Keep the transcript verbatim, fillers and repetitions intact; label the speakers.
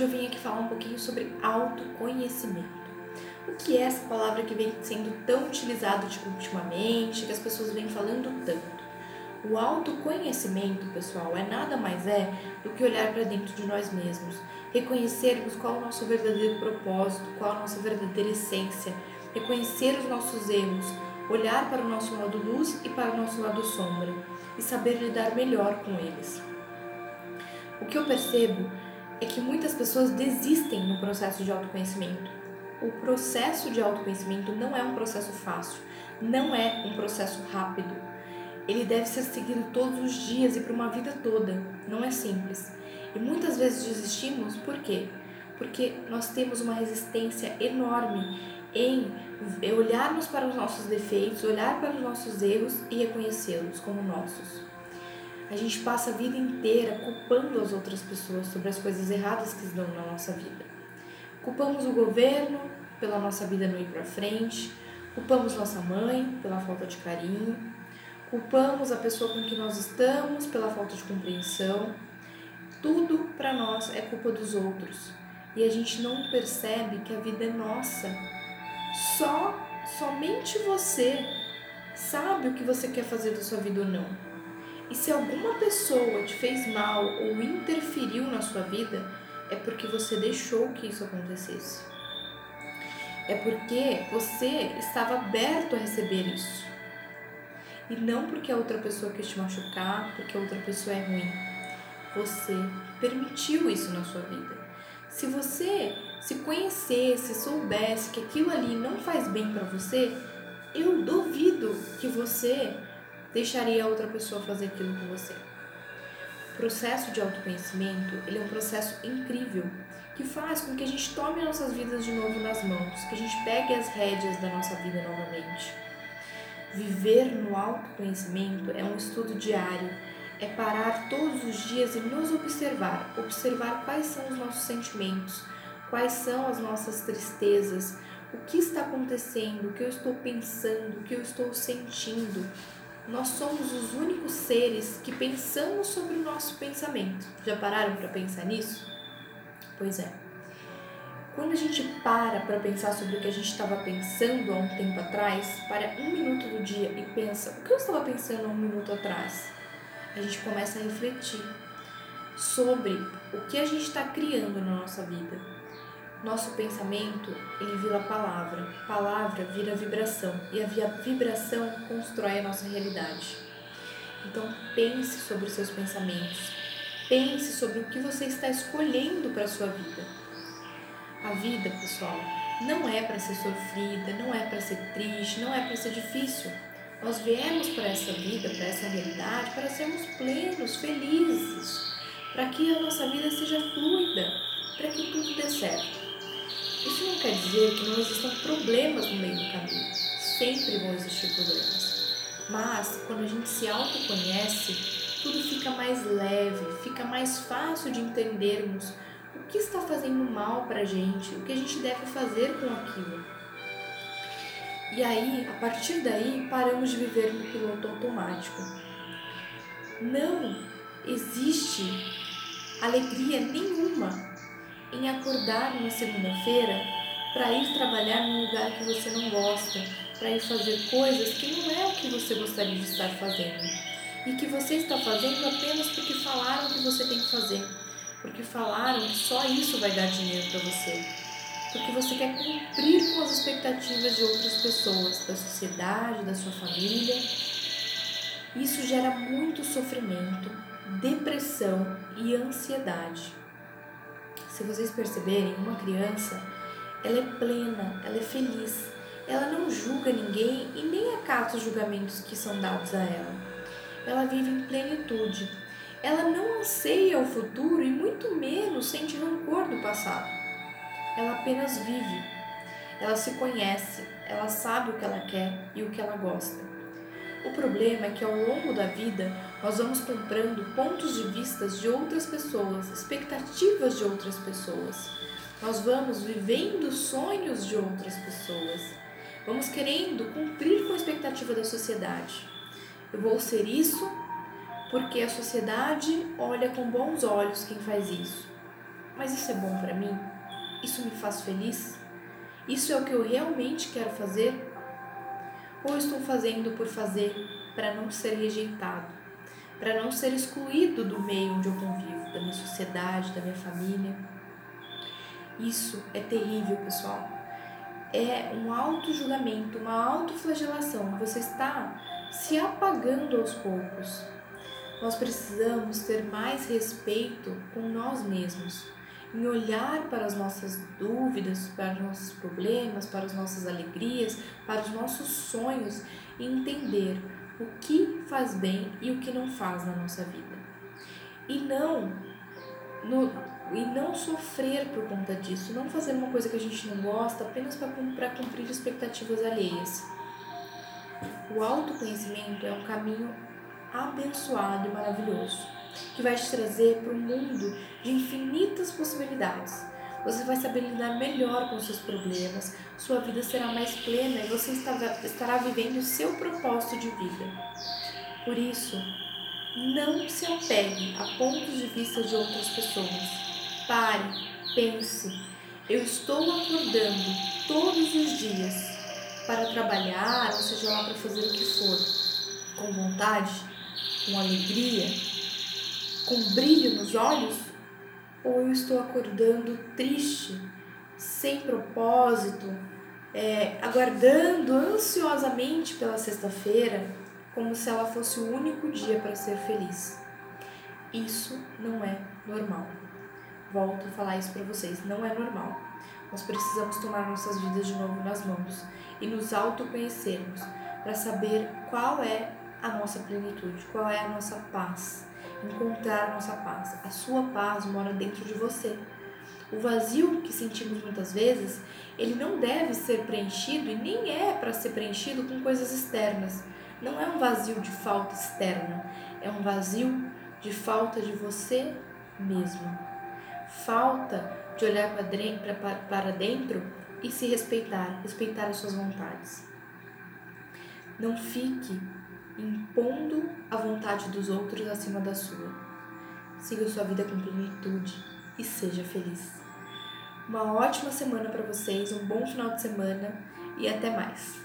Speaker 1: Hoje eu vim aqui falar um pouquinho sobre autoconhecimento. O que é essa palavra que vem sendo tão utilizada ultimamente, que as pessoas vêm falando tanto? O autoconhecimento, pessoal, é nada mais é do que olhar para dentro de nós mesmos, reconhecermos qual é o nosso verdadeiro propósito, qual é a nossa verdadeira essência, reconhecer os nossos erros, olhar para o nosso lado luz e para o nosso lado sombra e saber lidar melhor com eles. O que eu percebo é que muitas pessoas desistem no processo de autoconhecimento. O processo de autoconhecimento não é um processo fácil, não é um processo rápido. Ele deve ser seguido todos os dias e por uma vida toda, não é simples. E muitas vezes desistimos, por quê? Porque nós temos uma resistência enorme em olharmos para os nossos defeitos, olhar para os nossos erros e reconhecê-los como nossos. A gente passa a vida inteira culpando as outras pessoas sobre as coisas erradas que se dão na nossa vida. Culpamos o governo pela nossa vida não ir para frente, culpamos nossa mãe pela falta de carinho, culpamos a pessoa com quem nós estamos pela falta de compreensão. Tudo para nós é culpa dos outros e a gente não percebe que a vida é nossa. Só, somente você sabe o que você quer fazer da sua vida ou não. E se alguma pessoa te fez mal ou interferiu na sua vida, é porque você deixou que isso acontecesse. É porque você estava aberto a receber isso. E não porque a outra pessoa quis te machucar, porque a outra pessoa é ruim. Você permitiu isso na sua vida. Se você se conhecesse, soubesse que aquilo ali não faz bem para você, eu duvido que você deixaria a outra pessoa fazer aquilo com você. O processo de autoconhecimento, ele é um processo incrível, que faz com que a gente tome nossas vidas de novo nas mãos, que a gente pegue as rédeas da nossa vida novamente. Viver no autoconhecimento é um estudo diário, é parar todos os dias e nos observar, observar quais são os nossos sentimentos, quais são as nossas tristezas, o que está acontecendo, o que eu estou pensando, o que eu estou sentindo. Nós somos os únicos seres que pensamos sobre o nosso pensamento. Já pararam para pensar nisso? Pois é. Quando a gente para para pensar sobre o que a gente estava pensando há um tempo atrás, para um minuto do dia e pensa, o que eu estava pensando há um minuto atrás? A gente começa a refletir sobre o que a gente está criando na nossa vida. Nosso pensamento, ele vira palavra, palavra vira vibração e a vibração constrói a nossa realidade. Então pense sobre os seus pensamentos, pense sobre o que você está escolhendo para a sua vida. A vida, pessoal, não é para ser sofrida, não é para ser triste, não é para ser difícil. Nós viemos para essa vida, para essa realidade, para sermos plenos, felizes, para que a nossa vida seja fluida, para que tudo dê certo. Isso não quer dizer que não existam problemas no meio do caminho. Sempre vão existir problemas. Mas, quando a gente se autoconhece, tudo fica mais leve, fica mais fácil de entendermos o que está fazendo mal pra gente, o que a gente deve fazer com aquilo. E aí, a partir daí, paramos de viver no piloto automático. Não existe alegria nenhuma em acordar numa segunda-feira para ir trabalhar num lugar que você não gosta, para ir fazer coisas que não é o que você gostaria de estar fazendo e que você está fazendo apenas porque falaram que você tem que fazer, porque falaram que só isso vai dar dinheiro para você, porque você quer cumprir com as expectativas de outras pessoas, da sociedade, da sua família. Isso gera muito sofrimento, depressão e ansiedade. Se vocês perceberem, uma criança, ela é plena, ela é feliz, ela não julga ninguém e nem acata os julgamentos que são dados a ela. Ela vive em plenitude, ela não anseia o futuro e muito menos sente rancor do passado. Ela apenas vive, ela se conhece, ela sabe o que ela quer e o que ela gosta. O problema é que ao longo da vida nós vamos comprando pontos de vista de outras pessoas, expectativas de outras pessoas. Nós vamos vivendo sonhos de outras pessoas. Vamos querendo cumprir com a expectativa da sociedade. Eu vou ser isso porque a sociedade olha com bons olhos quem faz isso. mas isso é bom para mim? Isso me faz feliz? Isso é o que eu realmente quero fazer? Ou estou fazendo por fazer para não ser rejeitado, para não ser excluído do meio onde eu convivo, da minha sociedade, da minha família? Isso é terrível, pessoal. É um auto-julgamento, uma autoflagelação. Você está se apagando aos poucos. Nós precisamos ter mais respeito com nós mesmos, em olhar para as nossas dúvidas, para os nossos problemas, para as nossas alegrias, para os nossos sonhos e entender o que faz bem e o que não faz na nossa vida. E não, no, e não sofrer por conta disso, não fazer uma coisa que a gente não gosta apenas para cumprir expectativas alheias. O autoconhecimento é um caminho abençoado e maravilhoso, que vai te trazer para um mundo de infinitas possibilidades. Você vai saber lidar melhor com os seus problemas, sua vida será mais plena e você estará vivendo o seu propósito de vida. Por isso, não se apegue a pontos de vista de outras pessoas. Pare, pense. Eu estou acordando todos os dias para trabalhar, ou seja lá para fazer o que for, com vontade, com alegria, com brilho nos olhos? Ou eu estou acordando triste, sem propósito, é, aguardando ansiosamente pela sexta-feira, como se ela fosse o único dia para ser feliz? Isso não é normal. Volto a falar isso para vocês, não é normal. Nós precisamos tomar nossas vidas de novo nas mãos e nos autoconhecermos para saber qual é a nossa plenitude, qual é a nossa paz, encontrar a nossa paz. A sua paz mora dentro de você. O vazio que sentimos muitas vezes, ele não deve ser preenchido e nem é para ser preenchido com coisas externas. Não é um vazio de falta externa, é um vazio de falta de você mesmo. Falta de olhar para dentro e se respeitar, respeitar as suas vontades. Não fique impondo a vontade dos outros acima da sua. Siga sua vida com plenitude e seja feliz. Uma ótima semana para vocês, um bom final de semana e até mais.